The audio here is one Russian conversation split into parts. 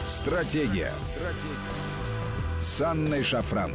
Стратегия. С Анной Шафран.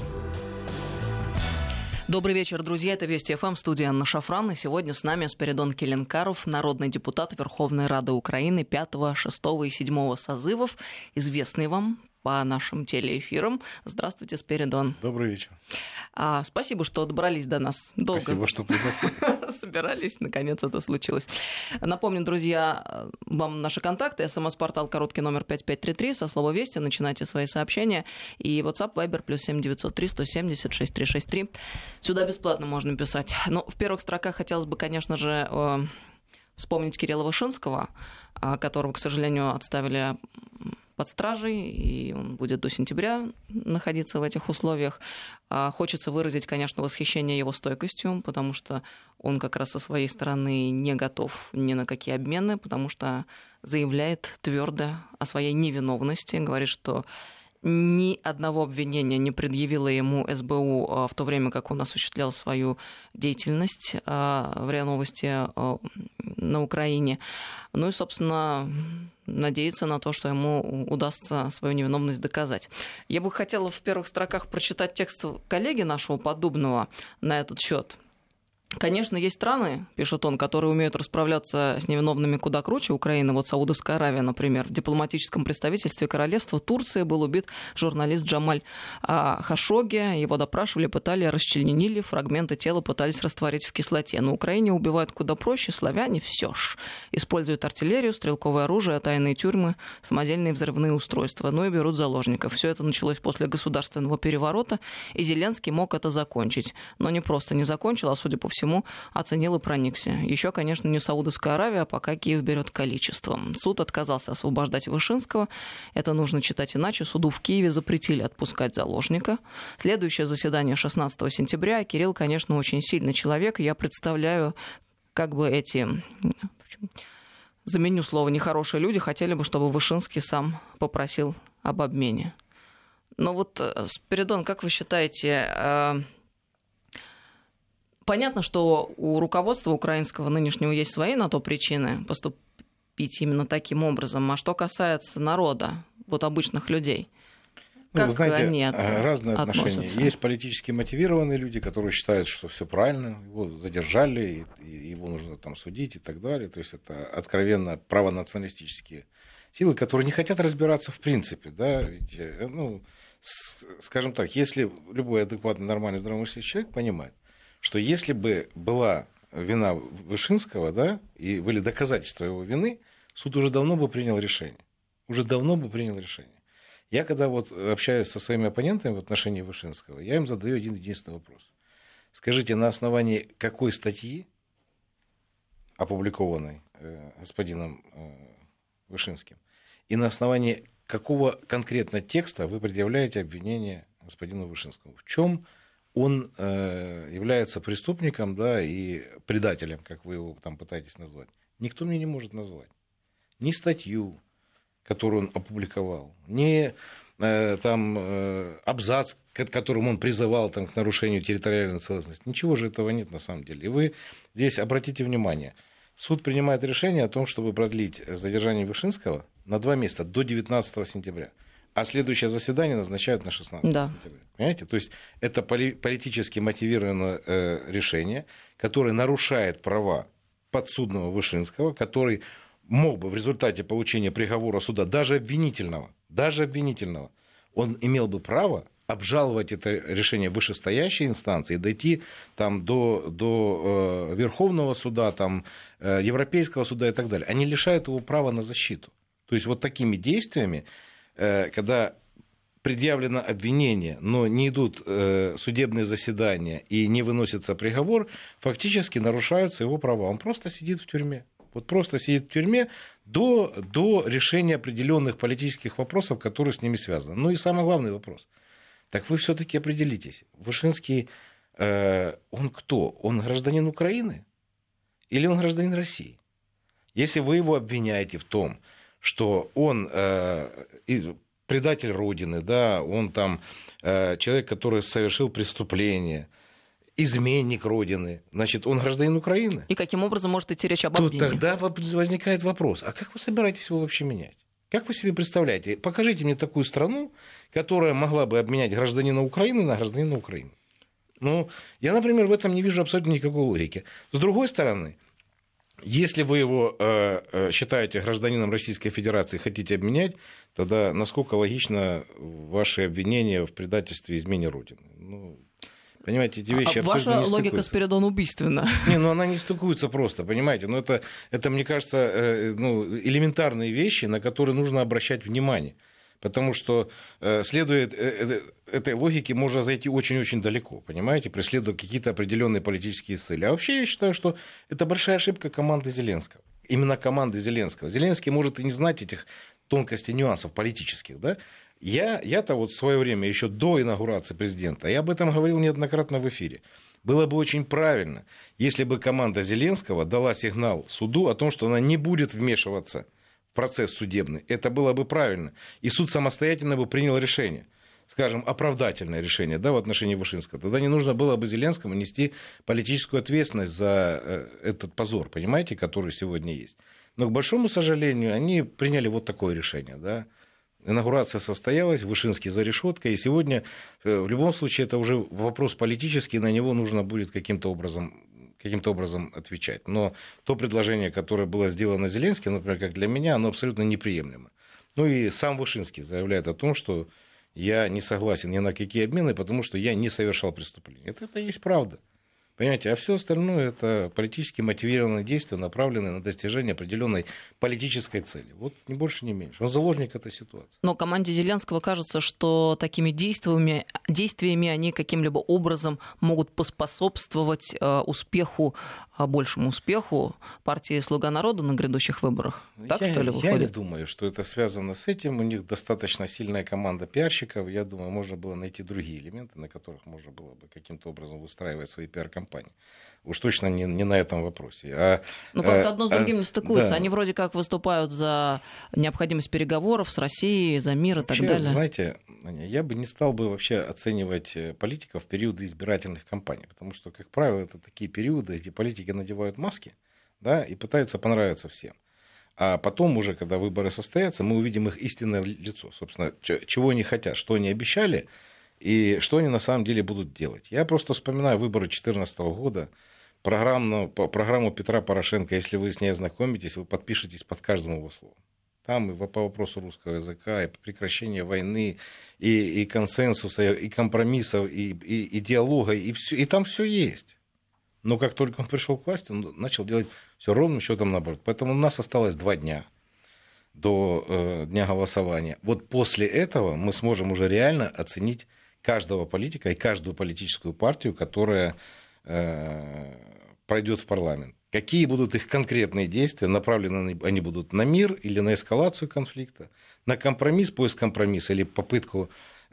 Добрый вечер, друзья. Это Вести ФМ, студия Анна Шафран. И сегодня с нами Спиридон Келенкаров, народный депутат Верховной Рады Украины 5, 6 и 7 созывов, известный вам по нашим телеэфирам. Здравствуйте, Спиридон. Добрый вечер. Спасибо, что добрались до нас. Долго Спасибо, что пригласили. Собирались, наконец это случилось. Напомню, друзья, вам наши контакты. СМС-портал короткий номер 5533. Со слова «Вести» начинайте свои сообщения. И WhatsApp, Viber, +7 903 170 6363. Сюда бесплатно можно писать. Но в первых строках хотелось бы, конечно же, вспомнить Кирилла Вышинского, которого, к сожалению, отставили под стражей, и он будет до сентября находиться в этих условиях. Хочется выразить, конечно, восхищение его стойкостью, потому что он как раз со своей стороны не готов ни на какие обмены, потому что заявляет твердо о своей невиновности, говорит, что ни одного обвинения не предъявила ему СБУ в то время, как он осуществлял свою деятельность в РИА Новости на Украине. Ну и, собственно, надеяться на то, что ему удастся свою невиновность доказать. Я бы хотела в первых строках прочитать текст коллеги нашего Поддубного на этот счет. Конечно, есть страны, пишет он, которые умеют расправляться с невиновными куда круче Украины. Вот Саудовская Аравия, например. В дипломатическом представительстве королевства Турции был убит журналист Джамаль Хашогги. Его допрашивали, пытали, расчленили, фрагменты тела пытались растворить в кислоте. На Украине убивают куда проще, славяне все ж. Используют артиллерию, стрелковое оружие, тайные тюрьмы, самодельные взрывные устройства. Ну и берут заложников. Все это началось после государственного переворота, и Зеленский мог это закончить. Но не просто не закончил, а, судя по всему, оценил и проникся. Еще, конечно, не Саудовская Аравия, а пока Киев берет количеством. Суд отказался освобождать Вышинского. Это нужно читать иначе. Суду в Киеве запретили отпускать заложника. Следующее заседание 16 сентября. Кирилл, конечно, очень сильный человек. Я представляю, как бы эти... Заменю слово «нехорошие люди» хотели бы, чтобы Вышинский сам попросил об обмене. Но вот, Спиридон, как вы считаете... Понятно, что у руководства украинского нынешнего есть свои на то причины поступить именно таким образом. А что касается народа, вот обычных людей, как вы знаете, они разные отношения. Есть политически мотивированные люди, которые считают, что все правильно, его задержали, и его нужно там судить и так далее. То есть это откровенно правонационалистические силы, которые не хотят разбираться в принципе. Да? Ведь, скажем так, если любой адекватный, нормальный, здравомыслящий человек понимает, что если бы была вина Вышинского, да, и были доказательства его вины, суд уже давно бы принял решение. Я когда вот общаюсь со своими оппонентами в отношении Вышинского, я им задаю один единственный вопрос. Скажите, на основании какой статьи, опубликованной господином Вышинским, и на основании какого конкретно текста вы предъявляете обвинение господину Вышинскому? В чем он является преступником, да, и предателем, как вы его там пытаетесь назвать? Никто мне не может назвать. Ни статью, которую он опубликовал, ни абзац, которым он призывал там, к нарушению территориальной целостности. Ничего же этого нет на самом деле. И вы здесь обратите внимание, суд принимает решение о том, чтобы продлить задержание Вышинского на 2 месяца, до 19 сентября. А следующее заседание назначают на 16 сентября. Понимаете? То есть это политически мотивированное решение, которое нарушает права подсудного Вышинского, который мог бы в результате получения приговора суда, даже обвинительного, он имел бы право обжаловать это решение вышестоящей инстанции, дойти там, до Верховного суда, там, Европейского суда и так далее. Они лишают его права на защиту. То есть вот такими действиями, когда предъявлено обвинение, но не идут судебные заседания и не выносится приговор, фактически нарушаются его права. Он просто сидит в тюрьме. Вот просто сидит в тюрьме до решения определенных политических вопросов, которые с ними связаны. Ну и самый главный вопрос. Так вы все-таки определитесь. Вышинский, он кто? Он гражданин Украины или он гражданин России? Если вы его обвиняете в том, что он предатель Родины, да, он там человек, который совершил преступление, изменник Родины, значит, он гражданин Украины. И каким образом может идти речь об обмене? Тогда возникает вопрос, а как вы собираетесь его вообще менять? Как вы себе представляете? Покажите мне такую страну, которая могла бы обменять гражданина Украины на гражданина Украины. Ну, я, например, в этом не вижу абсолютно никакой логики. С другой стороны, если вы его считаете гражданином Российской Федерации и хотите обменять, тогда насколько логично ваши обвинения в предательстве и измене Родины? Ну, понимаете, эти вещи абсолютно ваша не стыкуются. логика, Спиридон, убийственна. Не, ну она не стыкуется просто, понимаете. Но это мне кажется, элементарные вещи, на которые нужно обращать внимание. Потому что, следуя этой логике, можно зайти очень-очень далеко, понимаете, преследуя какие-то определенные политические цели. А вообще я считаю, что это большая ошибка команды Зеленского. Именно команды Зеленского. Зеленский может и не знать этих тонкостей, нюансов политических, да? Я-то вот в свое время, еще до инаугурации президента, я об этом говорил неоднократно в эфире. Было бы очень правильно, если бы команда Зеленского дала сигнал суду о том, что она не будет вмешиваться в процесс судебный. Это было бы правильно. И суд самостоятельно бы принял решение, скажем, оправдательное решение, да, в отношении Вышинского. Тогда не нужно было бы Зеленскому нести политическую ответственность за этот позор, понимаете, который сегодня есть. Но, к большому сожалению, они приняли вот такое решение, да. Инаугурация состоялась, Вышинский за решеткой, и сегодня в любом случае это уже вопрос политический, на него нужно будет каким-то образом отвечать. Но то предложение, которое было сделано Зеленским, например, как для меня, оно абсолютно неприемлемо. Ну и сам Вышинский заявляет о том, что я не согласен ни на какие обмены, потому что я не совершал преступления. Это и есть правда. Понимаете, а все остальное это политически мотивированные действия, направленные на достижение определенной политической цели. Вот ни больше, ни меньше. Он заложник этой ситуации. Но команде Зеленского кажется, что такими действиями они каким-либо образом могут поспособствовать большему успеху партии «Слуга народа» на грядущих выборах. Так, что ли, выходит? Я не думаю, что это связано с этим. У них достаточно сильная команда пиарщиков. Я думаю, можно было найти другие элементы, на которых можно было бы каким-то образом выстраивать свои пиар-компании. Уж точно не на этом вопросе. Ну, как-то одно с другим не стыкуется. Да. Они вроде как выступают за необходимость переговоров с Россией, за мир и так далее. Знаете, я бы не стал бы вообще оценивать политиков в периоды избирательных кампаний, потому что, как правило, это такие периоды, где политики надевают маски, да, и пытаются понравиться всем. А потом уже, когда выборы состоятся, мы увидим их истинное лицо, собственно, чего они хотят, что они обещали и что они на самом деле будут делать. Я просто вспоминаю выборы 2014 года, программу Петра Порошенко. Если вы с ней ознакомитесь, вы подпишетесь под каждым его словом. Там и по вопросу русского языка, и прекращения войны, и консенсуса, и компромиссов, и диалога, и там все есть. Но как только он пришел к власти, он начал делать все ровным счетом наоборот. Поэтому у нас осталось 2 дня до дня голосования. Вот после этого мы сможем уже реально оценить каждого политика и каждую политическую партию, которая пройдет в парламент. Какие будут их конкретные действия, направлены они будут на мир или на эскалацию конфликта, на компромисс, поиск компромисса или попытку,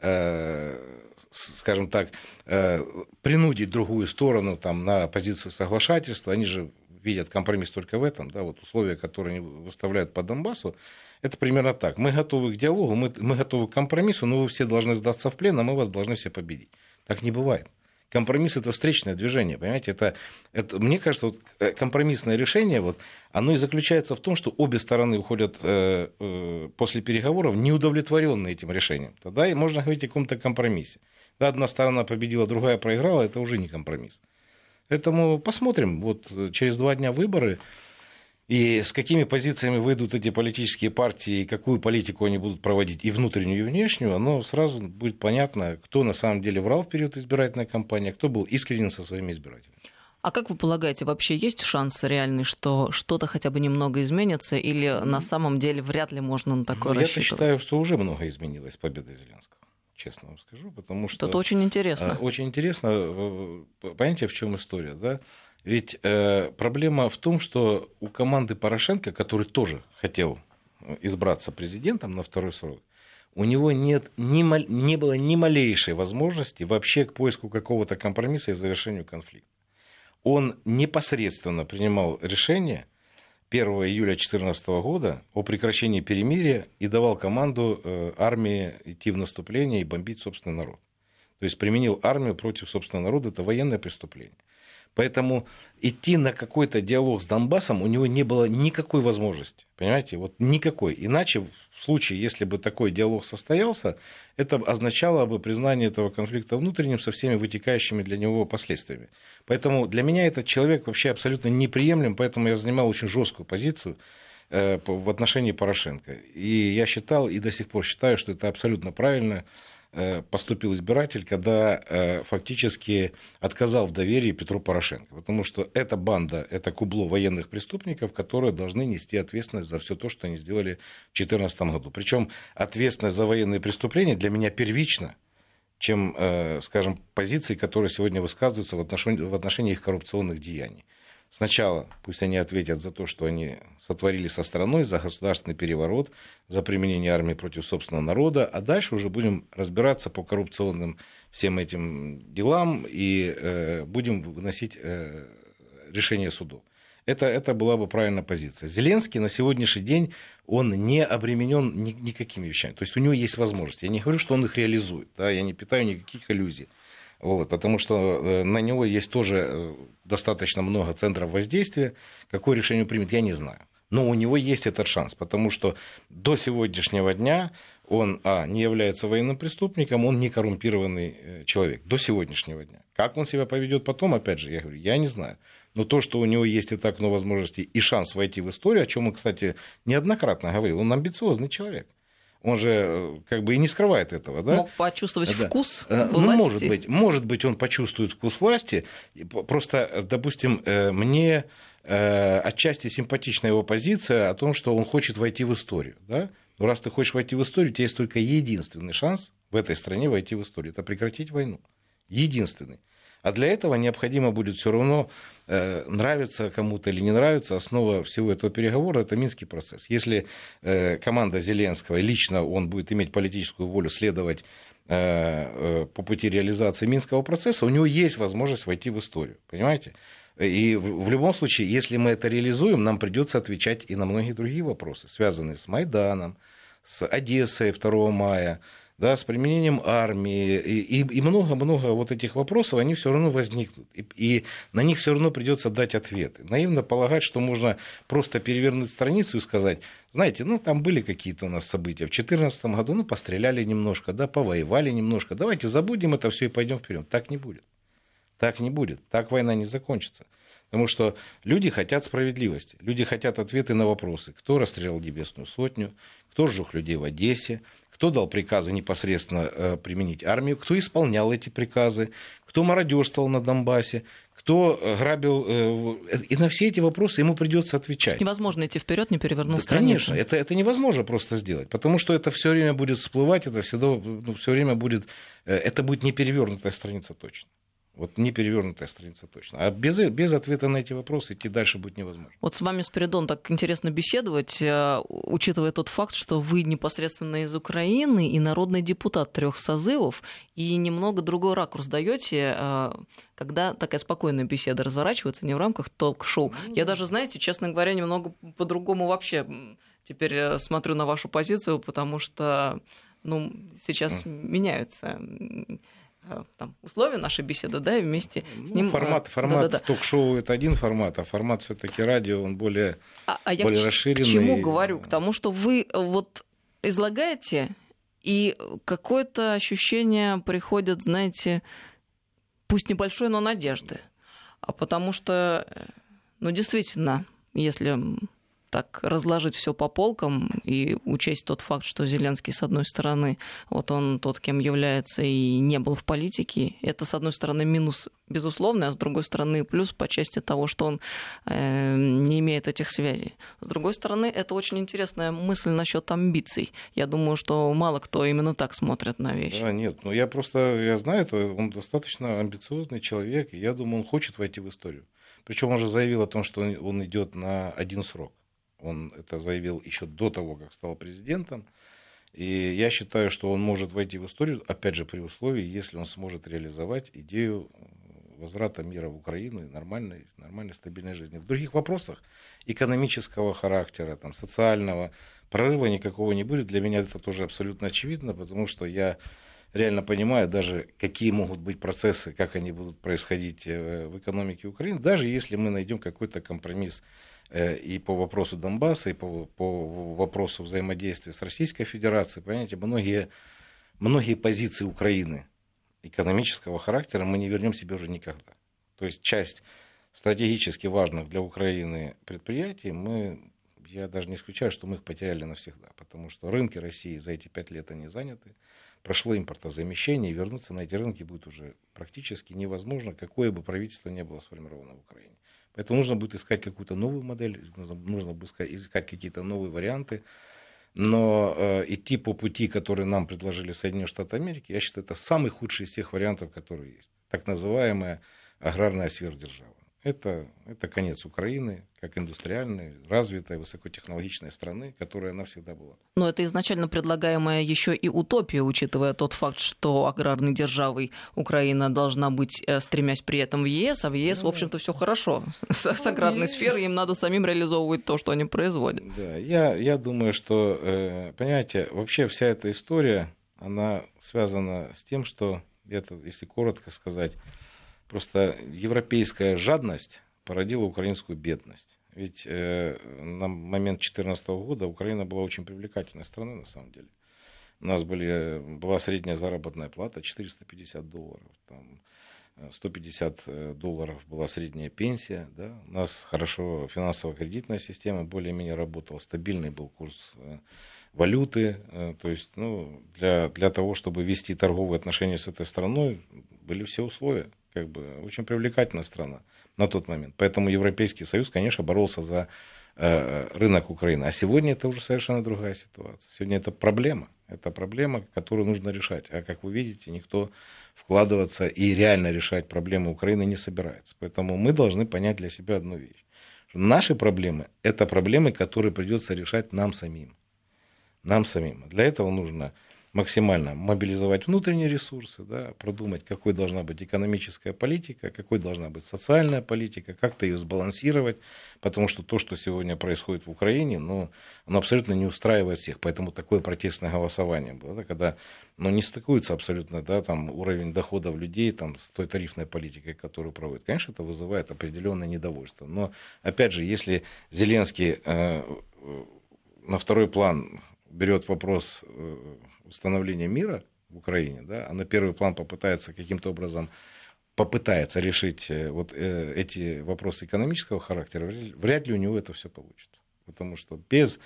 скажем так, принудить другую сторону там, на позицию соглашательства. Они же видят компромисс только в этом. Да, вот условия, которые они выставляют по Донбассу, это примерно так. Мы готовы к диалогу, мы готовы к компромиссу, но вы все должны сдаться в плен, а мы вас должны все победить. Так не бывает. Компромисс – это встречное движение, понимаете? Это, мне кажется, вот компромиссное решение, вот, оно и заключается в том, что обе стороны уходят после переговоров неудовлетворенные этим решением. Тогда и можно говорить о каком-то компромиссе. Да, одна сторона победила, другая проиграла, это уже не компромисс. Поэтому посмотрим, вот через 2 дня выборы, и с какими позициями выйдут эти политические партии, и какую политику они будут проводить, и внутреннюю, и внешнюю, оно сразу будет понятно, кто на самом деле врал в период избирательной кампании, а кто был искренен со своими избирателями. А как вы полагаете, вообще есть шанс реальный, что что-то хотя бы немного изменится, или на самом деле вряд ли можно на такое рассчитывать? Я считаю, что уже много изменилось с победой Зеленского, честно вам скажу, потому что... Это очень интересно. Очень интересно. Понимаете, в чем история, да? Ведь проблема в том, что у команды Порошенко, который тоже хотел избраться президентом на 2-й срок, у него не было ни малейшей возможности вообще к поиску какого-то компромисса и завершению конфликта. Он непосредственно принимал решение 1 июля 2014 года о прекращении перемирия и давал команду армии идти в наступление и бомбить собственный народ. То есть применил армию против собственного народа, это военное преступление. Поэтому идти на какой-то диалог с Донбассом у него не было никакой возможности. Понимаете? Вот никакой. Иначе, в случае, если бы такой диалог состоялся, это означало бы признание этого конфликта внутренним со всеми вытекающими для него последствиями. Поэтому для меня этот человек вообще абсолютно неприемлем, поэтому я занимал очень жесткую позицию в отношении Порошенко. И я считал, и до сих пор считаю, что это абсолютно правильно поступил избиратель, когда фактически отказал в доверии Петру Порошенко. Потому что эта банда, это кубло военных преступников, которые должны нести ответственность за все то, что они сделали в 2014 году. Причем ответственность за военные преступления для меня первична, чем, скажем, позиции, которые сегодня высказываются в отношении их коррупционных деяний. Сначала пусть они ответят за то, что они сотворили со страной, за государственный переворот, за применение армии против собственного народа, а дальше уже будем разбираться по коррупционным всем этим делам и будем выносить решение суду. Это была бы правильная позиция. Зеленский на сегодняшний день, он не обременен никакими вещами. То есть у него есть возможности. Я не говорю, что он их реализует. Да? Я не питаю никаких иллюзий. Вот, потому что на него есть тоже достаточно много центров воздействия. Какое решение он примет, я не знаю. Но у него есть этот шанс, потому что до сегодняшнего дня он, не является военным преступником, он не коррумпированный человек. До сегодняшнего дня. Как он себя поведет потом, опять же, я говорю, я не знаю. Но то, что у него есть это окно возможностей и шанс войти в историю, о чем он, кстати, неоднократно говорил, он амбициозный человек. Он же как бы и не скрывает этого. Да? Мог почувствовать вкус власти. Может быть, он почувствует вкус власти. Просто, допустим, мне отчасти симпатична его позиция о том, что он хочет войти в историю. Да? Но раз ты хочешь войти в историю, у тебя есть только единственный шанс в этой стране войти в историю. Это прекратить войну. Единственный. А для этого необходимо будет все равно, нравится кому-то или не нравится, основа всего этого переговора – это Минский процесс. Если команда Зеленского, лично он будет иметь политическую волю следовать по пути реализации Минского процесса, у него есть возможность войти в историю, понимаете? И в любом случае, если мы это реализуем, нам придется отвечать и на многие другие вопросы, связанные с Майданом, с Одессой 2 мая, да, с применением армии, и много-много вот этих вопросов, они все равно возникнут, и на них все равно придется дать ответы. Наивно полагать, что можно просто перевернуть страницу и сказать, знаете, там были какие-то у нас события в 2014 году, постреляли немножко, да, повоевали немножко, давайте забудем это все и пойдем вперед. Так не будет. Так не будет. Так война не закончится. Потому что люди хотят справедливости, люди хотят ответы на вопросы, кто расстрелял Небесную Сотню, кто сжег людей в Одессе, кто дал приказы непосредственно применить армию, кто исполнял эти приказы, кто мародерствовал на Донбассе, кто грабил. И на все эти вопросы ему придется отвечать. Невозможно идти вперед, не перевернув страницу. Конечно, это невозможно просто сделать, потому что это все время будет всплывать, это все время будет, это будет не перевернутая страница точно. Вот не перевернутая страница точно. А без ответа на эти вопросы идти дальше будет невозможно. Вот с вами, Спиридон, так интересно беседовать, учитывая тот факт, что вы непосредственно из Украины и народный депутат 3 созывов, и немного другой ракурс даете, когда такая спокойная беседа разворачивается, не в рамках ток-шоу. Я даже, знаете, честно говоря, немного по-другому вообще теперь смотрю на вашу позицию, потому что сейчас меняются условия нашей беседы, да, и вместе с ним... Формат ток-шоу – это один формат, а формат все-таки радио, он более расширенный. К чему говорю? К тому, что вы вот излагаете, и какое-то ощущение приходит, знаете, пусть небольшое, но надежды. Потому что, действительно, если так разложить все по полкам и учесть тот факт, что Зеленский, с одной стороны, вот он тот, кем является, и не был в политике, это, с одной стороны, минус безусловный, а с другой стороны, плюс по части того, что он не имеет этих связей. С другой стороны, это очень интересная мысль насчет амбиций. Я думаю, что мало кто именно так смотрит на вещи. Да, нет, я знаю, он достаточно амбициозный человек, и я думаю, он хочет войти в историю. Причем он же заявил о том, что он идет на один срок. Он это заявил еще до того, как стал президентом. И я считаю, что он может войти в историю, опять же, при условии, если он сможет реализовать идею возврата мира в Украину и нормальной стабильной жизни. В других вопросах экономического характера, социального прорыва никакого не будет. Для меня это тоже абсолютно очевидно, потому что я реально понимают даже, какие могут быть процессы, как они будут происходить в экономике Украины, даже если мы найдем какой-то компромисс и по вопросу Донбасса, и по вопросу взаимодействия с Российской Федерацией. Понимаете, многие позиции Украины экономического характера мы не вернем себе уже никогда. То есть часть стратегически важных для Украины предприятий я даже не исключаю, что мы их потеряли навсегда, потому что рынки России за эти 5 лет они заняты, прошло импортозамещение, и вернуться на эти рынки будет уже практически невозможно, какое бы правительство ни было сформировано в Украине. Поэтому нужно будет искать какую-то новую модель, нужно будет искать какие-то новые варианты, но идти по пути, который нам предложили Соединенные Штаты Америки, я считаю, это самый худший из всех вариантов, которые есть. Так называемая аграрная сверхдержава. Это конец Украины, как индустриальной, развитой, высокотехнологичной страны, которая она всегда была. Но это изначально предлагаемая еще и утопия, учитывая тот факт, что аграрной державой Украина должна быть, стремясь при этом в ЕС, а в ЕС, в общем-то, все хорошо. С аграрной сферой им надо самим реализовывать то, что они производят. Да, я думаю, что, понимаете, вообще вся эта история, она связана с тем, что, если коротко сказать, просто европейская жадность породила украинскую бедность. Ведь на момент 2014 года Украина была очень привлекательной страной, на самом деле. У нас была средняя заработная плата $450, там, $150 была средняя пенсия. Да? У нас хорошо финансово-кредитная система более-менее работала, стабильный был курс валюты. То есть для того, чтобы вести торговые отношения с этой страной, были все условия. Очень привлекательная страна на тот момент. Поэтому Европейский Союз, конечно, боролся за рынок Украины. А сегодня это уже совершенно другая ситуация. Сегодня это проблема, которую нужно решать. А как вы видите, никто вкладываться и реально решать проблемы Украины не собирается. Поэтому мы должны понять для себя одну вещь. Что наши проблемы – это проблемы, которые придется решать нам самим. Для этого нужно максимально мобилизовать внутренние ресурсы, да, продумать, какой должна быть экономическая политика, какой должна быть социальная политика, как-то ее сбалансировать, потому что то, что сегодня происходит в Украине, оно абсолютно не устраивает всех, поэтому такое протестное голосование было, да, когда не стыкуется абсолютно, да, там, уровень доходов людей там, с той тарифной политикой, которую проводят. Конечно, это вызывает определенное недовольство, но, опять же, если Зеленский на второй план берет вопрос установления мира в Украине, да, а на первый план попытается каким-то образом решить эти вопросы экономического характера, вряд ли у него это все получится. Потому что без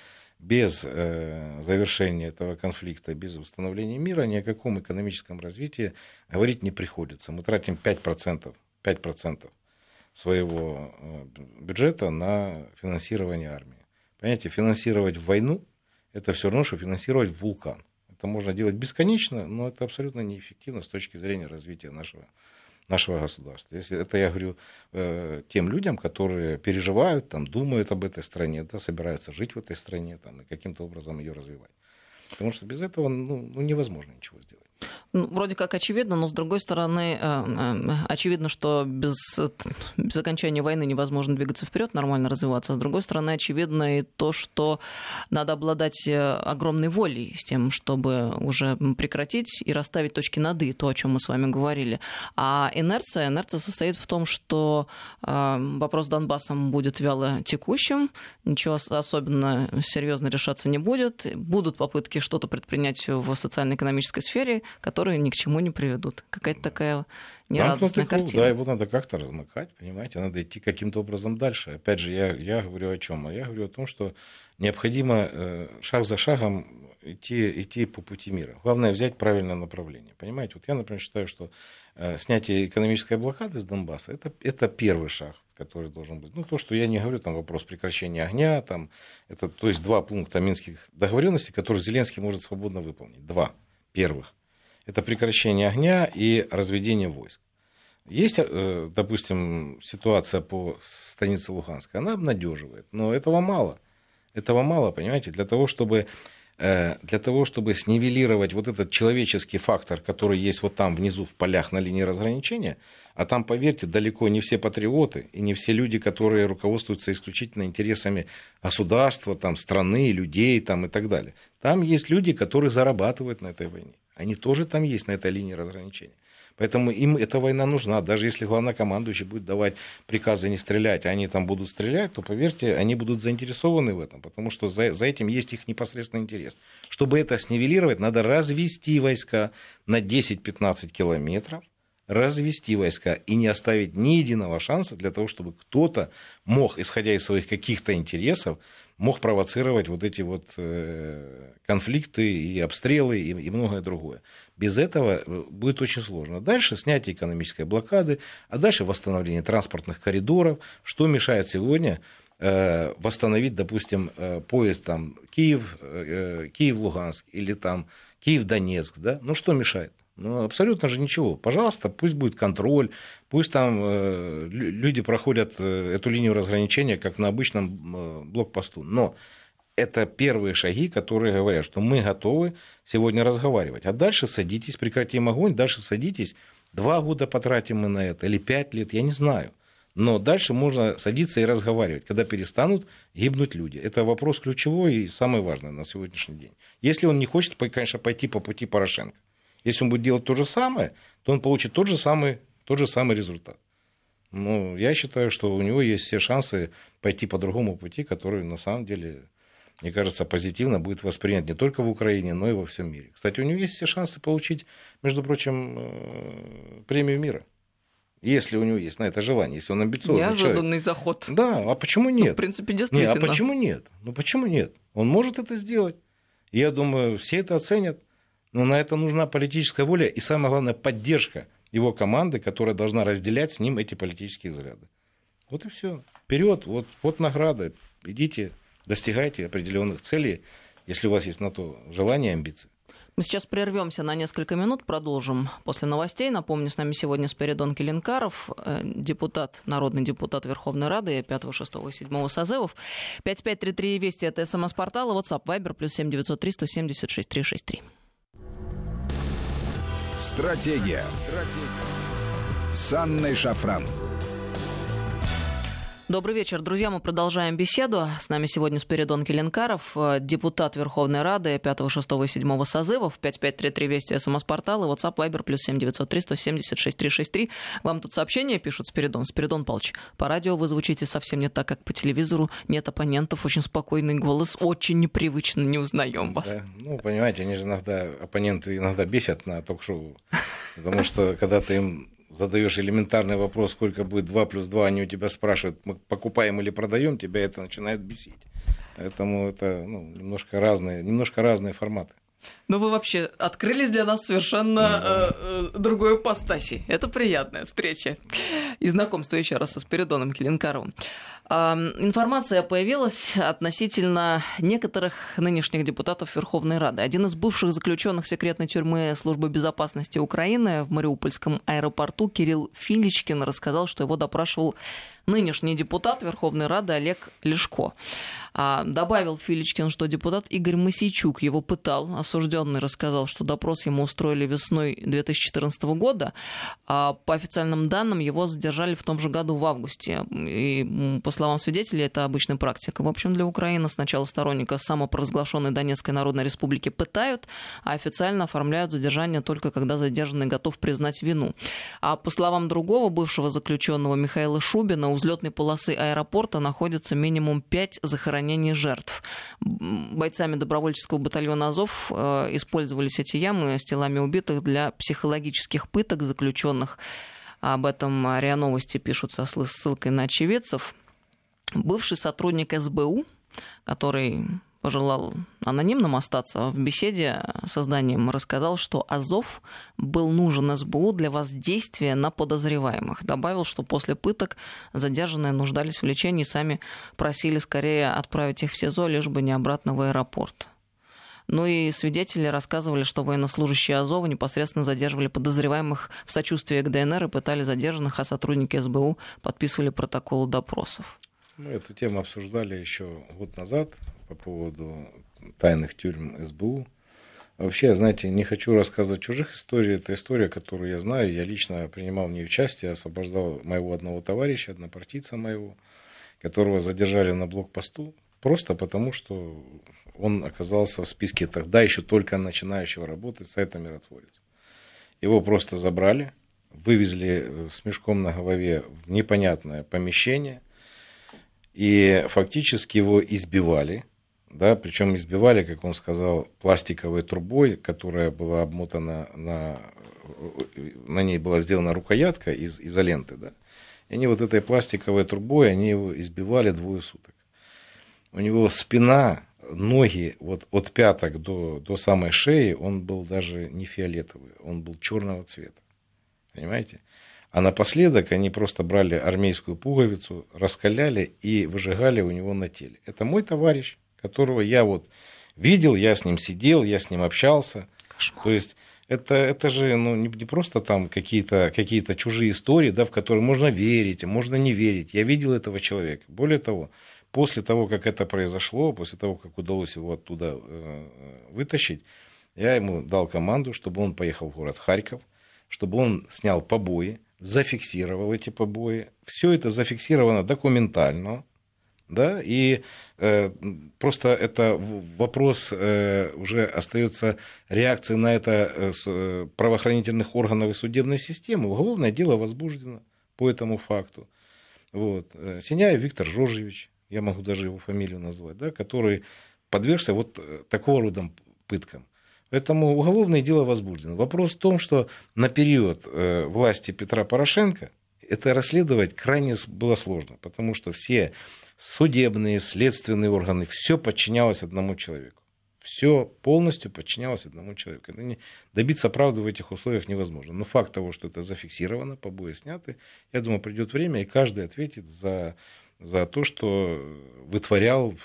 завершения этого конфликта, без установления мира ни о каком экономическом развитии говорить не приходится. Мы тратим 5% своего бюджета на финансирование армии. Понимаете, финансировать войну – это все равно, что финансировать вулкан. Это можно делать бесконечно, но это абсолютно неэффективно с точки зрения развития нашего государства. Если это я говорю тем людям, которые переживают, там, думают об этой стране, да, собираются жить в этой стране там, и каким-то образом ее развивать. Потому что без этого невозможно ничего сделать. Вроде как очевидно, но с другой стороны, очевидно, что без окончания войны невозможно двигаться вперед, нормально развиваться. А с другой стороны, очевидно и то, что надо обладать огромной волей с тем, чтобы уже прекратить и расставить точки над «и», то, о чем мы с вами говорили. А инерция состоит в том, что вопрос с Донбассом будет вяло текущим, ничего особенно серьезно решаться не будет. Будут попытки что-то предпринять в социально-экономической сфере, которые ни к чему не приведут. Какая-то такая нерадостная картина. Да, его надо как-то размыкать, понимаете, надо идти каким-то образом дальше. Опять же, я говорю о чем? Я говорю о том, что необходимо шаг за шагом идти по пути мира. Главное взять правильное направление. Понимаете, я, например, считаю, что снятие экономической блокады с Донбасса это первый шаг, который должен быть. То, что я не говорю, там вопрос прекращения огня, там, это, то есть 2 пункта минских договоренностей, которые Зеленский может свободно выполнить. 2 первых. Это прекращение огня и разведение войск. Есть, допустим, ситуация по станице Луганской, она обнадеживает, но этого мало. Этого мало, понимаете, для того, чтобы снивелировать вот этот человеческий фактор, который есть вот там внизу в полях на линии разграничения, А там, поверьте, далеко не все патриоты и не все люди, которые руководствуются исключительно интересами государства, там, страны, людей там, и так далее. Там есть люди, которые зарабатывают на этой войне. Они тоже там есть, на этой линии разграничения. Поэтому им эта война нужна. Даже если главнокомандующий будет давать приказы не стрелять, а они там будут стрелять, то, поверьте, они будут заинтересованы в этом, потому что за этим есть их непосредственный интерес. Чтобы это снивелировать, надо развести войска на 10-15 километров, развести войска и не оставить ни единого шанса для того, чтобы кто-то мог, исходя из своих каких-то интересов, мог провоцировать вот эти вот конфликты и обстрелы и многое другое. Без этого будет очень сложно. Дальше снятие экономической блокады, а дальше восстановление транспортных коридоров. Что мешает сегодня восстановить, допустим, поезд там, Киев-Луганск или там Киев-Донецк? Да? Ну, что мешает? Ну, абсолютно же ничего. Пожалуйста, пусть будет контроль, пусть там люди проходят эту линию разграничения, как на обычном блокпосту. Но это первые шаги, которые говорят, что мы готовы сегодня разговаривать. А дальше садитесь, прекратим огонь, дальше садитесь, 2 года потратим мы на это, или 5 лет, я не знаю. Но дальше можно садиться и разговаривать, когда перестанут гибнуть люди. Это вопрос ключевой и самый важный на сегодняшний день. Если он не хочет, конечно, пойти по пути Порошенко. Если он будет делать то же самое, то он получит тот же самый результат. Но я считаю, что у него есть все шансы пойти по другому пути, который на самом деле, мне кажется, позитивно будет воспринят не только в Украине, но и во всем мире. Кстати, у него есть все шансы получить, между прочим, премию мира. Если у него есть на это желание, если он амбициозный человек. Неожиданный заход. Да, а почему нет? Ну, в принципе, действительно. А почему нет? Ну, почему нет? Он может это сделать. Я думаю, все это оценят. Но на это нужна политическая воля и, самое главное, поддержка его команды, которая должна разделять с ним эти политические взгляды. Вот и все. Вперед, вот награда. Идите, достигайте определенных целей, если у вас есть на то желание и амбиции. Мы сейчас прервемся на несколько минут, продолжим после новостей. Напомню, с нами сегодня Спиридон Келенкаров, народный депутат Верховной Рады 5, 6 и 7 созывов. 5533 Вести — это СМС-портал, и WhatsApp, Viber, +7 903 176 363. Стратегия. С Анной Шафран. Добрый вечер, друзья. Мы продолжаем беседу. С нами сегодня Спиридон Келенкаров, депутат Верховной Рады 5, 6 и 7 созывов. 5533 Вести, СМС-портал, и WhatsApp, Viber, +7 903 176 363. Вам тут сообщение пишут, Спиридон Павлович. По радио вы звучите совсем не так, как по телевизору. Нет оппонентов, очень спокойный голос. Очень непривычно, не узнаем вас. Да. Ну, понимаете, они же оппоненты иногда бесят на ток-шоу. Потому что, когда ты им задаешь элементарный вопрос, сколько будет 2 + 2, они у тебя спрашивают, мы покупаем или продаем, тебя это начинает бесить. Поэтому это немножко разные форматы. Но вы вообще открылись для нас совершенно другой ипостаси. Это приятная встреча. И знакомство еще раз со Спиридоном Келенкаровым. Информация появилась относительно некоторых нынешних депутатов Верховной Рады. Один из бывших заключенных секретной тюрьмы Службы безопасности Украины в Мариупольском аэропорту Кирилл Филичкин рассказал, что его допрашивал нынешний депутат Верховной Рады Олег Ляшко. Добавил Филичкин, что депутат Игорь Мосейчук его пытал. Осужденный рассказал, что допрос ему устроили весной 2014 года. По официальным данным, его задержали в том же году в августе. И, по словам свидетелей, это обычная практика. В общем, для Украины сначала сторонника самопровозглашенной Донецкой Народной Республики пытают, а официально оформляют задержание только когда задержанный готов признать вину. А по словам другого бывшего заключенного Михаила Шубина, у взлетной полосы аэропорта находится минимум 5 захоронений жертв. Бойцами добровольческого батальона «Азов» использовались эти ямы с телами убитых для психологических пыток заключенных. Об этом РИА Новости пишут со ссылкой на очевидцев. Бывший сотрудник СБУ, который пожелал анонимным остаться, в беседе с изданием рассказал, что Азов был нужен СБУ для воздействия на подозреваемых. Добавил, что после пыток задержанные нуждались в лечении и сами просили скорее отправить их в СИЗО, лишь бы не обратно в аэропорт. Ну и свидетели рассказывали, что военнослужащие Азова непосредственно задерживали подозреваемых в сочувствии к ДНР и пытали задержанных, а сотрудники СБУ подписывали протоколы допросов. Мы эту тему обсуждали еще год назад по поводу тайных тюрьм СБУ. Вообще, знаете, не хочу рассказывать чужих историй. Это история, которую я знаю. Я лично принимал в ней участие, освобождал моего одного товарища, однопартийца моего, которого задержали на блокпосту, просто потому, что он оказался в списке тогда еще только начинающего работать сайта «Миротворец». Его просто забрали, вывезли с мешком на голове в непонятное помещение, и фактически его избивали. Да, причем избивали, как он сказал, пластиковой трубой, которая была обмотана, на ней была сделана рукоятка из изоленты. Да, и они вот этой пластиковой трубой, они его избивали 2 суток. У него спина, ноги вот от пяток до самой шеи, он был даже не фиолетовый, он был черного цвета. Понимаете? А напоследок они просто брали армейскую пуговицу, раскаляли и выжигали у него на теле. Это мой товарищ, которого я вот видел, я с ним сидел, я с ним общался. Кошмар. То есть это же не просто там какие-то чужие истории, да, в которые можно верить, можно не верить. Я видел этого человека. Более того, после того, как это произошло, после того, как удалось его оттуда вытащить, я ему дал команду, чтобы он поехал в город Харьков, чтобы он снял побои, зафиксировал эти побои. Все это зафиксировано документально. Да, и просто это вопрос уже остается реакцией на это с правоохранительных органов и судебной системы. Уголовное дело возбуждено по этому факту. Вот. Синяев Виктор Жоржевич, я могу даже его фамилию назвать, да, который подвергся вот такого рода пыткам. Поэтому уголовное дело возбуждено. Вопрос в том, что на период власти Петра Порошенко это расследовать крайне было сложно, потому что все судебные, следственные органы, все подчинялось одному человеку. Все полностью подчинялось одному человеку. Добиться правды в этих условиях невозможно. Но факт того, что это зафиксировано, побои сняты, я думаю, придет время, и каждый ответит за то, что вытворял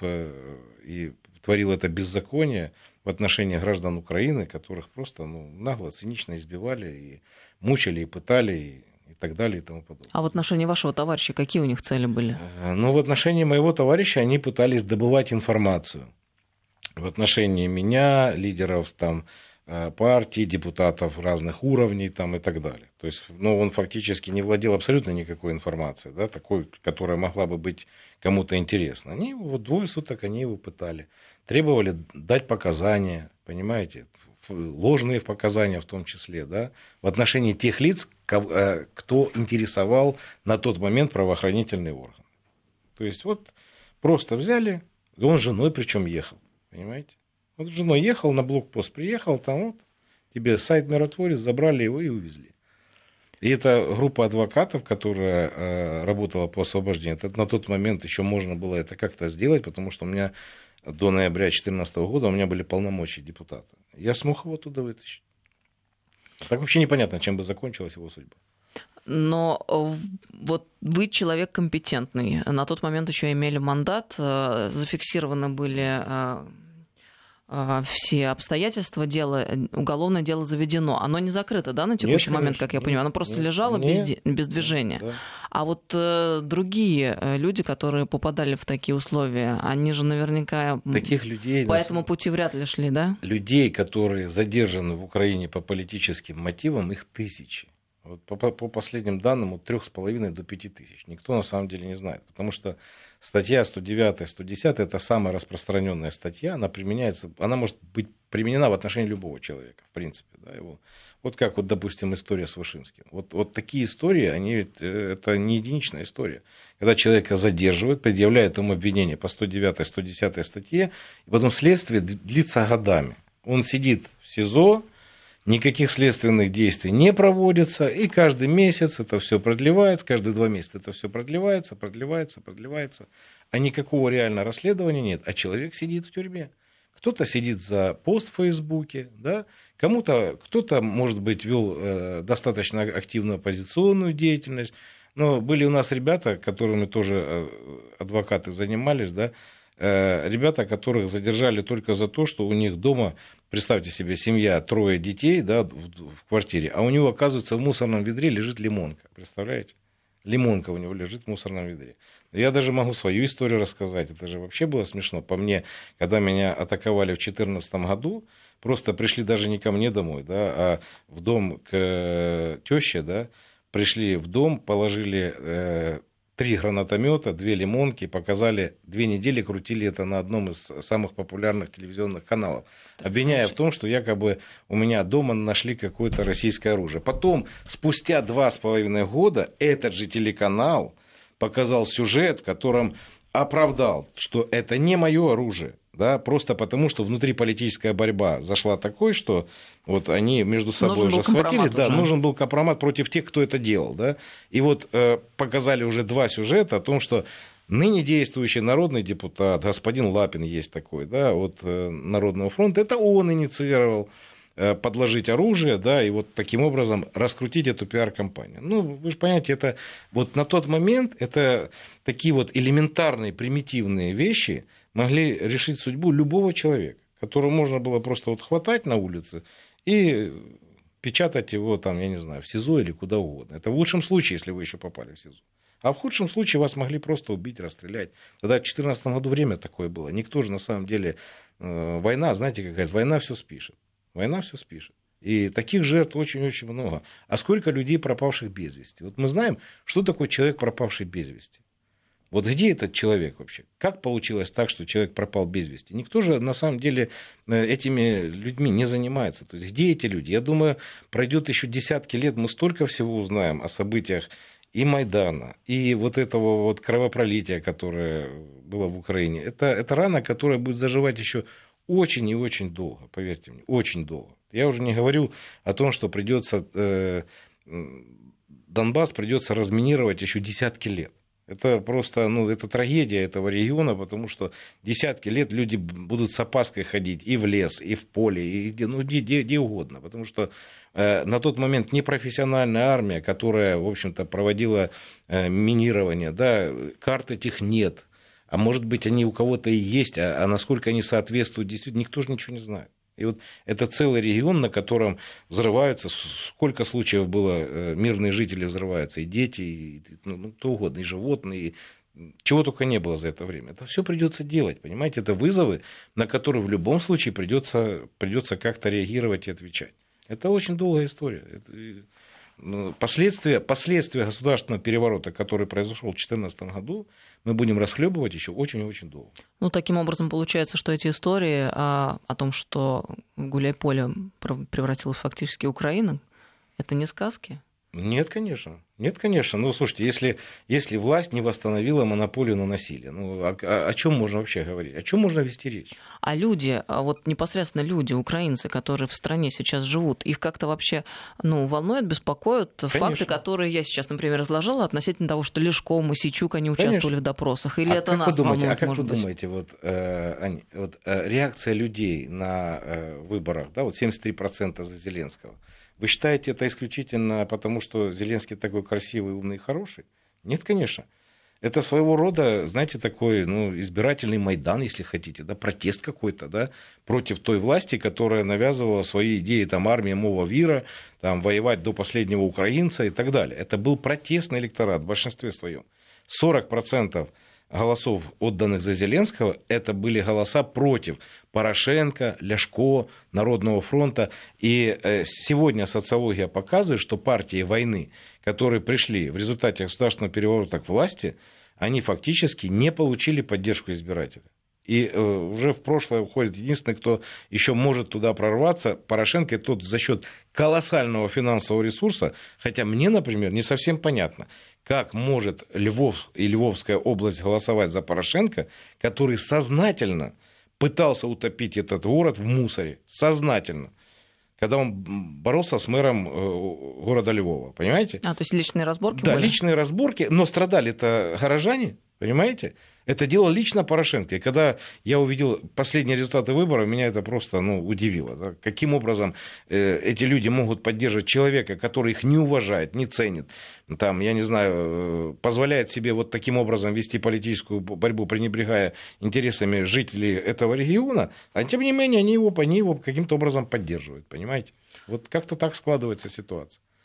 и творил это беззаконие в отношении граждан Украины, которых просто нагло, цинично избивали, и мучили, и пытали, и так далее, и тому подобное. А в отношении вашего товарища какие у них цели были? В отношении моего товарища они пытались добывать информацию. В отношении меня, лидеров там, партий, депутатов разных уровней там, и так далее. То есть он фактически не владел абсолютно никакой информацией, да, такой, которая могла бы быть кому-то интересна. Они его 2 суток они его пытали. Требовали дать показания, понимаете, ложные показания в том числе, да, в отношении тех лиц, кто интересовал на тот момент правоохранительный орган. То есть вот просто взяли, он с женой причем ехал, понимаете. Вот с женой ехал, на блокпост приехал, там вот тебе сайт «Миротворец», забрали его и увезли. И эта группа адвокатов, которая работала по освобождению, это на тот момент еще можно было это как-то сделать, потому что у меня до ноября 2014 года у меня были полномочия депутата. Я смог его оттуда вытащить. Так вообще непонятно, чем бы закончилась его судьба. Но вот вы человек компетентный. На тот момент еще имели мандат, зафиксированы были все обстоятельства дела, уголовное дело заведено. Оно не закрыто, да, на текущий момент, как я понимаю? Оно просто лежало без движения. Да. А вот другие люди, которые попадали в такие условия, они же наверняка таких людей по этому пути вряд ли шли, да? Людей, которые задержаны в Украине по политическим мотивам, их тысячи. Вот по последним данным, от 3,5 до 5 тысяч. Никто на самом деле не знает, потому что статья 109, 110 – это самая распространенная статья, она может быть применена в отношении любого человека, в принципе. Да, его. Вот как, вот, допустим, история с Вышинским. Вот такие истории, это не единичная история. Когда человека задерживают, предъявляют ему обвинение по 109, 110 статье, и потом следствие длится годами. Он сидит в СИЗО, никаких следственных действий не проводится, и каждый месяц это все продлевается, каждые 2 месяца это все продлевается, а никакого реального расследования нет, а человек сидит в тюрьме. Кто-то сидит за пост в Фейсбуке, да? Кто-то, может быть, вел достаточно активную оппозиционную деятельность, но были у нас ребята, которыми тоже адвокаты занимались, да? Ребята, которых задержали только за то, что у них дома, представьте себе, семья, 3 детей, да, в квартире, а у него, оказывается, в мусорном ведре лежит лимонка, представляете? Лимонка у него лежит в мусорном ведре. Я даже могу свою историю рассказать, это же вообще было смешно. По мне, когда меня атаковали в 2014 году, просто пришли даже не ко мне домой, да, а в дом к теще, да, пришли в дом, положили 3 гранатомета, 2 лимонки, показали, 2 недели крутили это на одном из самых популярных телевизионных каналов, обвиняя в том, что якобы у меня дома нашли какое-то российское оружие. Потом, спустя 2,5 года, этот же телеканал показал сюжет, в котором оправдал, что это не мое оружие. Да, просто потому, что внутриполитическая борьба зашла такой, что вот они между собой уже схватились. Да, нужен был компромат против тех, кто это делал. Да. И вот показали уже 2 сюжета о том, что ныне действующий народный депутат, господин Лапин есть такой, да, от Народного фронта, это он инициировал подложить оружие, да, и вот таким образом раскрутить эту пиар-компанию. Ну, вы же понимаете, это вот на тот момент это такие вот элементарные, примитивные вещи могли решить судьбу любого человека, которого можно было просто вот хватать на улице и печатать его там, я не знаю, в СИЗО или куда угодно. Это в лучшем случае, если вы еще попали в СИЗО. А в худшем случае вас могли просто убить, расстрелять. Тогда в 2014 году время такое было. Никто же на самом деле... Война, знаете, какая-то война все спишет. Война все спишет. И таких жертв очень-очень много. А сколько людей, пропавших без вести? Вот мы знаем, что такое человек, пропавший без вести. Вот где этот человек вообще? Как получилось так, что человек пропал без вести? Никто же на самом деле этими людьми не занимается. То есть где эти люди? Я думаю, пройдет еще десятки лет, мы столько всего узнаем о событиях и Майдана, и вот этого вот кровопролития, которое было в Украине. Это рана, которая будет заживать еще очень и очень долго, поверьте мне, очень долго. Я уже не говорю о том, что придется Донбасс придется разминировать еще десятки лет. Это просто, это трагедия этого региона, потому что десятки лет люди будут с опаской ходить и в лес, и в поле, и где угодно. Потому что на тот момент непрофессиональная армия, которая, в общем-то, проводила минирование, да, карт этих нет. А может быть, они у кого-то и есть, а насколько они соответствуют действительно, никто же ничего не знает. И вот это целый регион, на котором взрываются, сколько случаев было, мирные жители взрываются, и дети, и кто угодно, и животные, чего только не было за это время. Это все придется делать, понимаете, это вызовы, на которые в любом случае придется как-то реагировать и отвечать. Это очень долгая история. Последствия государственного переворота, который произошел в 2014 году, мы будем расхлебывать еще очень-очень долго. Таким образом, получается, что эти истории о том, что Гуляйполе превратилась фактически в Украину, это не сказки? Нет, конечно. Слушайте, если власть не восстановила монополию на насилие, о чем можно вообще говорить? О чем можно вести речь? А люди, непосредственно люди, украинцы, которые в стране сейчас живут, их как-то вообще волнует, беспокоят факты, которые я сейчас, например, изложила относительно того, что Лешков, Мосейчук, они участвовали в допросах? Или это нас волнует, как вы думаете, Ань, реакция людей на выборах, да, 73% за Зеленского, вы считаете, это исключительно потому, что Зеленский такой красивый, умный и хороший? Нет, конечно. Это своего рода, знаете, такой избирательный Майдан, если хотите, да, протест какой-то, да, против той власти, которая навязывала свои идеи, там, армия Мова Вира, там, воевать до последнего украинца и так далее. Это был протестный электорат в большинстве своем. 40% голосов, отданных за Зеленского, это были голоса против Порошенко, Ляшко, Народного фронта. И сегодня социология показывает, что партии войны, которые пришли в результате государственного переворота к власти, они фактически не получили поддержку избирателей. И уже в прошлое уходит единственный, кто еще может туда прорваться, Порошенко, и тот за счет колоссального финансового ресурса, хотя мне, например, не совсем понятно, как может Львов и Львовская область голосовать за Порошенко, который сознательно пытался утопить этот город в мусоре, сознательно, когда он боролся с мэром города Львова, понимаете? То есть личные разборки были? Да, были? личные разборки, но страдали-то горожане, понимаете? Это делал лично Порошенко. И когда я увидел последние результаты выборов, меня это просто удивило. Да? Каким образом эти люди могут поддерживать человека, который их не уважает, не ценит, там, я не знаю, позволяет себе вот таким образом вести политическую борьбу, пренебрегая интересами жителей этого региона, а тем не менее они его каким-то образом поддерживают, понимаете? Вот как-то так складывается ситуация.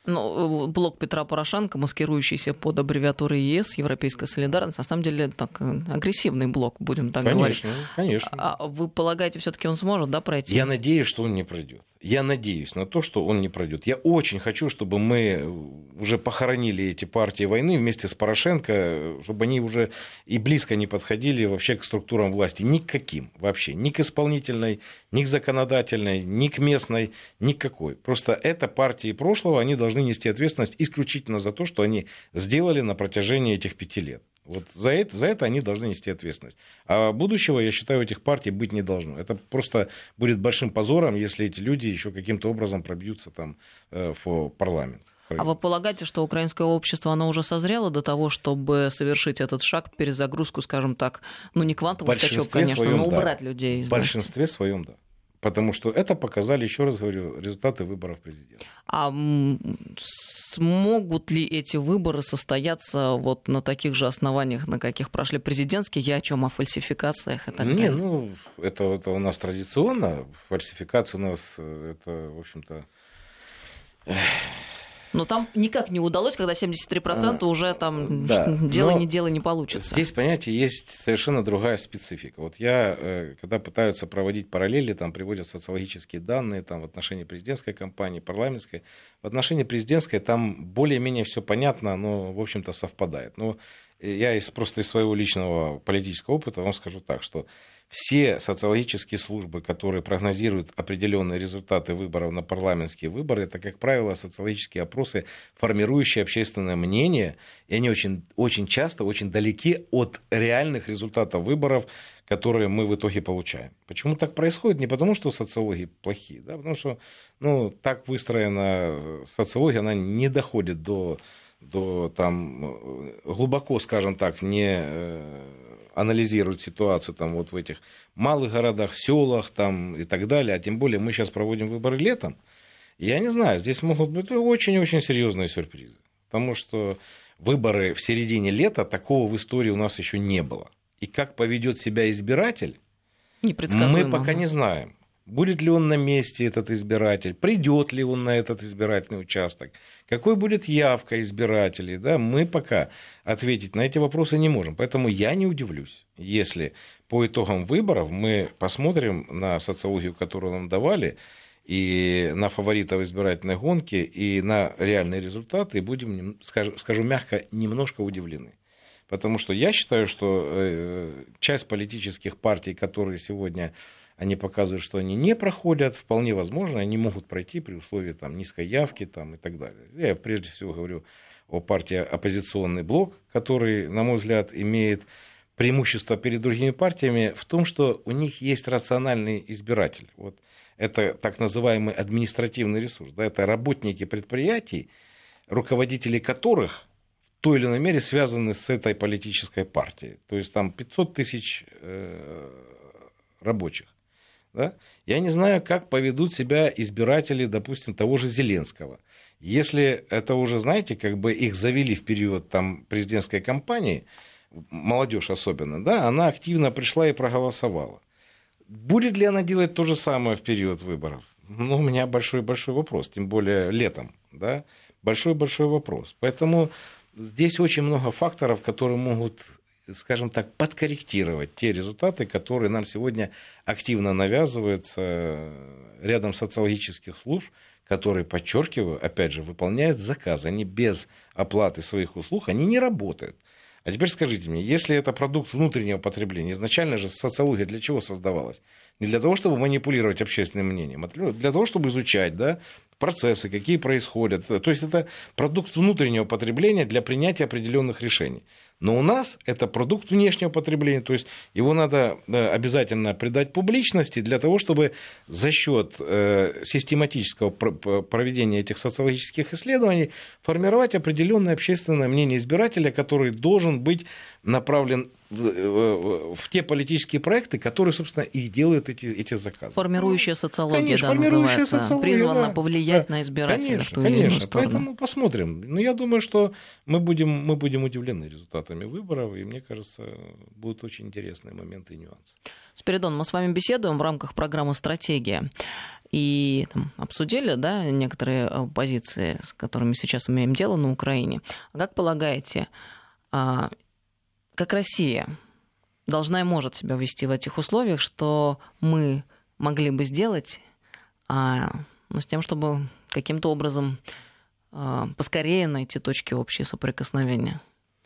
Ну, блок Петра Порошенко, маскирующийся под аббревиатурой ЕС, Европейская солидарность, на самом деле так агрессивный блок, будем так говорить. Конечно. А вы полагаете, все-таки он сможет, да, пройти? Я надеюсь, что он не пройдет. Я надеюсь на то, что он не пройдет. Я очень хочу, чтобы мы уже похоронили эти партии войны вместе с Порошенко, чтобы они уже и близко не подходили вообще к структурам власти. Никаким вообще. Ни к исполнительной, ни к законодательной, ни к местной, никакой. Просто это партии прошлого, они должны нести ответственность исключительно за то, что они сделали на протяжении этих 5 лет. Вот за это они должны нести ответственность. А будущего, я считаю, у этих партий быть не должно. Это просто будет большим позором, если эти люди еще каким-то образом пробьются там в парламент. А вы полагаете, что украинское общество, оно уже созрело до того, чтобы совершить этот шаг, перезагрузку, скажем так, ну не квантовый скачок, конечно, но убрать людей из власти? В большинстве своем, да. Потому что это показали, еще раз говорю, результаты выборов президента. А смогут ли эти выборы состояться вот на таких же основаниях, на каких прошли президентские? Я о чем? О фальсификациях и так далее? Ну, это у нас традиционно. Фальсификация у нас, это, в общем-то... Но там никак не удалось, когда 73% уже там дело не получится. Здесь, понимаете, есть совершенно другая специфика. Вот когда пытаются проводить параллели, там приводят социологические данные там, в отношении президентской кампании, парламентской. В отношении президентской там более-менее все понятно, оно, в общем-то, совпадает. Но я просто из своего личного политического опыта вам скажу так, что все социологические службы, которые прогнозируют определенные результаты выборов на парламентские выборы, это, как правило, социологические опросы, формирующие общественное мнение, и они очень, очень часто очень далеки от реальных результатов выборов, которые мы в итоге получаем. Почему так происходит? Не потому, что социологи плохие, да, потому что так выстроена социология, она не доходит до там, глубоко, скажем так, не анализирует ситуацию там, вот в этих малых городах, селах там, и так далее. А тем более мы сейчас проводим выборы летом. Я не знаю, здесь могут быть очень-очень серьезные сюрпризы. Потому что выборы в середине лета, такого в истории у нас еще не было. И как поведет себя избиратель, мы пока не знаем. Будет ли он на месте, этот избиратель, придет ли он на этот избирательный участок, какой будет явка избирателей, да, мы пока ответить на эти вопросы не можем. Поэтому я не удивлюсь, если по итогам выборов мы посмотрим на социологию, которую нам давали, и на фаворитов избирательной гонки, и на реальные результаты, и будем, скажу мягко, немножко удивлены. Потому что я считаю, что часть политических партий, которые сегодня... Они показывают, что они не проходят, вполне возможно, они могут пройти при условии там, низкой явки там, и так далее. Я прежде всего говорю о партии «Оппозиционный блок», который, на мой взгляд, имеет преимущество перед другими партиями в том, что у них есть рациональный избиратель. Вот это так называемый административный ресурс. Да, это работники предприятий, руководители которых в той или иной мере связаны с этой политической партией. То есть там 500 тысяч рабочих. Да? Я не знаю, как поведут себя избиратели, допустим, того же Зеленского. Если это уже, знаете, как бы их завели в период там, президентской кампании, молодежь особенно, да, она активно пришла и проголосовала. Будет ли она делать то же самое в период выборов? У меня большой-большой вопрос, тем более летом. Да? Большой-большой вопрос. Поэтому здесь очень много факторов, которые могут... скажем так, подкорректировать те результаты, которые нам сегодня активно навязываются рядом социологических служб, которые, подчеркиваю, опять же, выполняют заказы. Они без оплаты своих услуг, они не работают. А теперь скажите мне, если это продукт внутреннего потребления, изначально же социология для чего создавалась? Не для того, чтобы манипулировать общественным мнением, а для того, чтобы изучать, да, процессы, какие происходят. То есть это продукт внутреннего потребления для принятия определенных решений. Но у нас это продукт внешнего потребления, то есть его надо обязательно придать публичности для того, чтобы за счет систематического проведения этих социологических исследований формировать определенное общественное мнение избирателя, который должен быть направлен в те политические проекты, которые, собственно, и делают эти заказы. Формирующая социология, конечно, да, формирующая называется. социология, Призвана да, повлиять на избирателя в ту или иную сторону. Поэтому посмотрим. Но я думаю, что мы будем удивлены результатами выборов, и мне кажется, будут очень интересные моменты и нюансы. Спиридон, мы с вами беседуем в рамках программы «Стратегия». И обсудили, да, некоторые позиции, с которыми сейчас имеем дело на Украине. А как полагаете, как Россия должна и может себя вести в этих условиях, что мы могли бы сделать с тем, чтобы каким-то образом поскорее найти точки общие соприкосновения?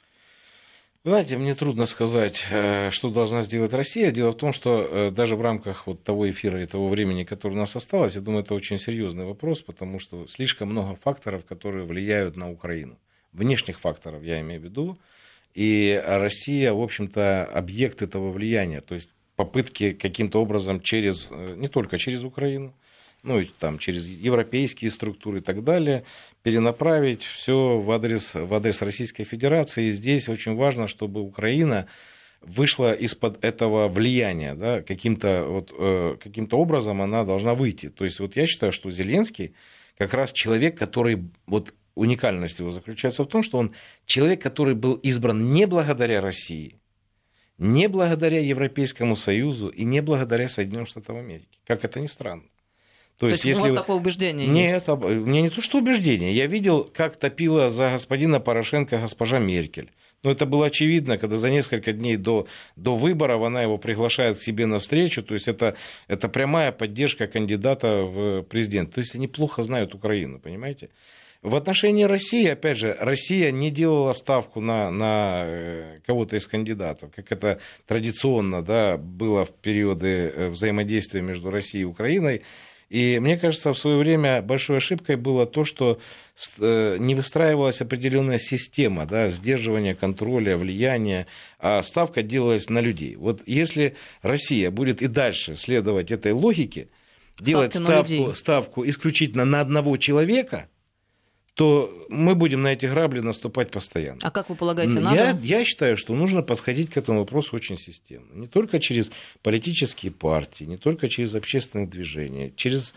Вы знаете, мне трудно сказать, что должна сделать Россия. Дело в том, что даже в рамках вот того эфира и того времени, которое у нас осталось, я думаю, это очень серьезный вопрос, потому что слишком много факторов, которые влияют на Украину. Внешних факторов я имею в виду. И Россия, в общем-то, объект этого влияния. То есть попытки каким-то образом не только через Украину, ну и там через европейские структуры и так далее, перенаправить все в адрес Российской Федерации. И здесь очень важно, чтобы Украина вышла из-под этого влияния, да, каким-то образом она должна выйти. То есть вот я считаю, что Зеленский как раз человек, который, вот уникальность его заключается в том, что он человек, который был избран не благодаря России, не благодаря Европейскому Союзу и не благодаря Соединенным Штатам Америки. Как это ни странно. То есть у вас такое убеждение есть? Нет, у меня не то, что убеждение. Я видел, как топила за господина Порошенко госпожа Меркель. Но это было очевидно, когда за несколько дней до выборов она его приглашает к себе на встречу. То есть это прямая поддержка кандидата в президенты. То есть они плохо знают Украину, понимаете? В отношении России, опять же, Россия не делала ставку на кого-то из кандидатов, как это традиционно, да, было в периоды взаимодействия между Россией и Украиной. И мне кажется, в свое время большой ошибкой было то, что не выстраивалась определенная система, да, сдерживания, контроля, влияния, а ставка делалась на людей. Вот если Россия будет и дальше следовать этой логике, делать ставку исключительно на одного человека, то мы будем на эти грабли наступать постоянно. А как вы полагаете, надо? Я считаю, что нужно подходить к этому вопросу очень системно. Не только через политические партии, не только через общественные движения, через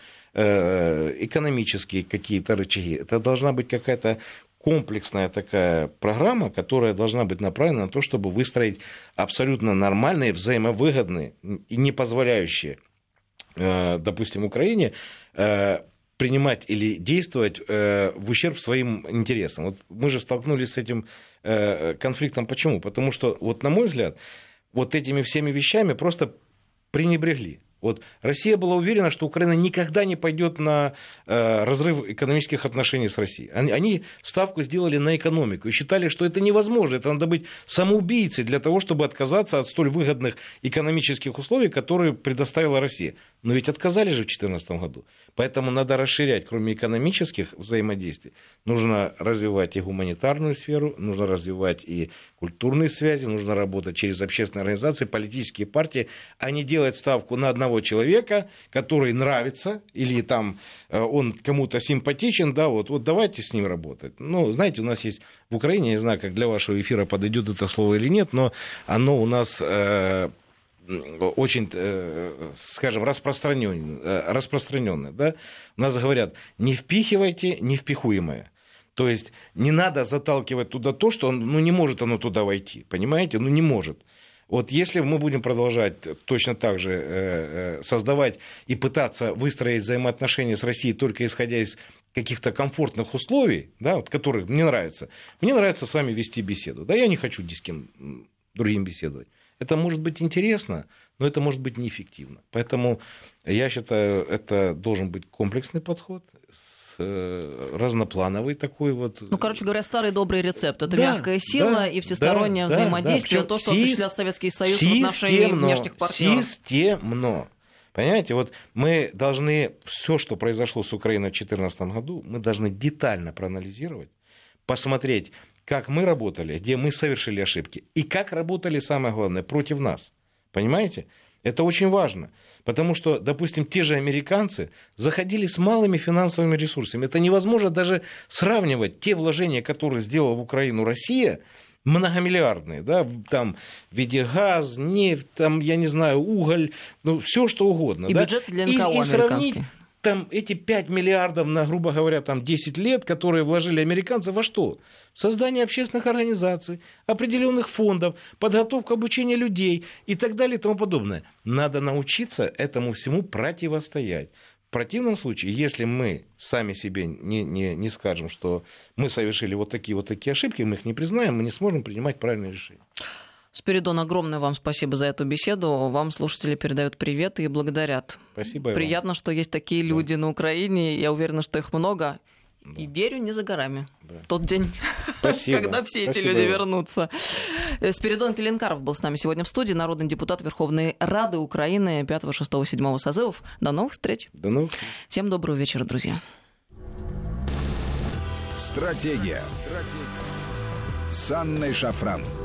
экономические какие-то рычаги. Это должна быть какая-то комплексная такая программа, которая должна быть направлена на то, чтобы выстроить абсолютно нормальные, взаимовыгодные и не позволяющие, допустим, Украине принимать или действовать в ущерб своим интересам. Вот мы же столкнулись с этим конфликтом. Почему? Потому что, вот, на мой взгляд, вот этими всеми вещами просто пренебрегли. Вот Россия была уверена, что Украина никогда не пойдет на разрыв экономических отношений с Россией. Они ставку сделали на экономику и считали, что это невозможно. Это надо быть самоубийцей для того, чтобы отказаться от столь выгодных экономических условий, которые предоставила Россия. Но ведь отказали же в 2014 году. Поэтому надо расширять, кроме экономических взаимодействий, нужно развивать и гуманитарную сферу, нужно развивать и культурные связи, нужно работать через общественные организации, политические партии, а не делать ставку на одного человека, который нравится, или там он кому-то симпатичен, да, вот давайте с ним работать. Ну, знаете, у нас есть в Украине, я не знаю, как для вашего эфира подойдет это слово или нет, но оно у нас очень, скажем, распространенное, да? У нас говорят, не впихивайте невпихуемое. То есть не надо заталкивать туда то, что не может оно туда войти, понимаете? Не может. Вот если мы будем продолжать точно так же создавать и пытаться выстроить взаимоотношения с Россией только исходя из каких-то комфортных условий, да, вот, которые мне нравятся. Мне нравится с вами вести беседу. Да, я не хочу ни с кем другим беседовать. Это может быть интересно, но это может быть неэффективно. Поэтому я считаю, это должен быть комплексный подход, разноплановый такой вот. Короче говоря, старый добрый рецепт. Это мягкая сила и всестороннее взаимодействие, то, что осуществлял Советский Союз в отношении внешних партнеров. Системно. Понимаете, вот мы должны все, что произошло с Украиной в 2014 году, мы должны детально проанализировать, посмотреть, как мы работали, где мы совершили ошибки, и как работали, самое главное, против нас. Понимаете? Это очень важно. Потому что, допустим, те же американцы заходили с малыми финансовыми ресурсами. Это невозможно даже сравнивать те вложения, которые сделала в Украину Россия, многомиллиардные, да, там в виде газ, нефть, там, я не знаю, уголь, все что угодно. И да? бюджет для НКО американский. там эти 5 миллиардов на, грубо говоря, там 10 лет, которые вложили американцы, во что? В создание общественных организаций, определенных фондов, подготовку обучения людей и так далее и тому подобное. Надо научиться этому всему противостоять. В противном случае, если мы сами себе не скажем, что мы совершили вот такие ошибки, мы их не признаем, мы не сможем принимать правильные решения. Спиридон, огромное вам спасибо за эту беседу. Вам слушатели передают привет и благодарят. Спасибо. Приятно, что есть такие люди на Украине. Я уверена, что их много. Да. И верю, не за горами. Да. Тот день, когда все эти люди вернутся. Спиридон Пеленкаров был с нами сегодня в студии, народный депутат Верховной Рады Украины 5, 6, 7 созывов. До новых встреч. До новых встреч. Всем доброго вечера, друзья. Стратегия. С Анной Шафран.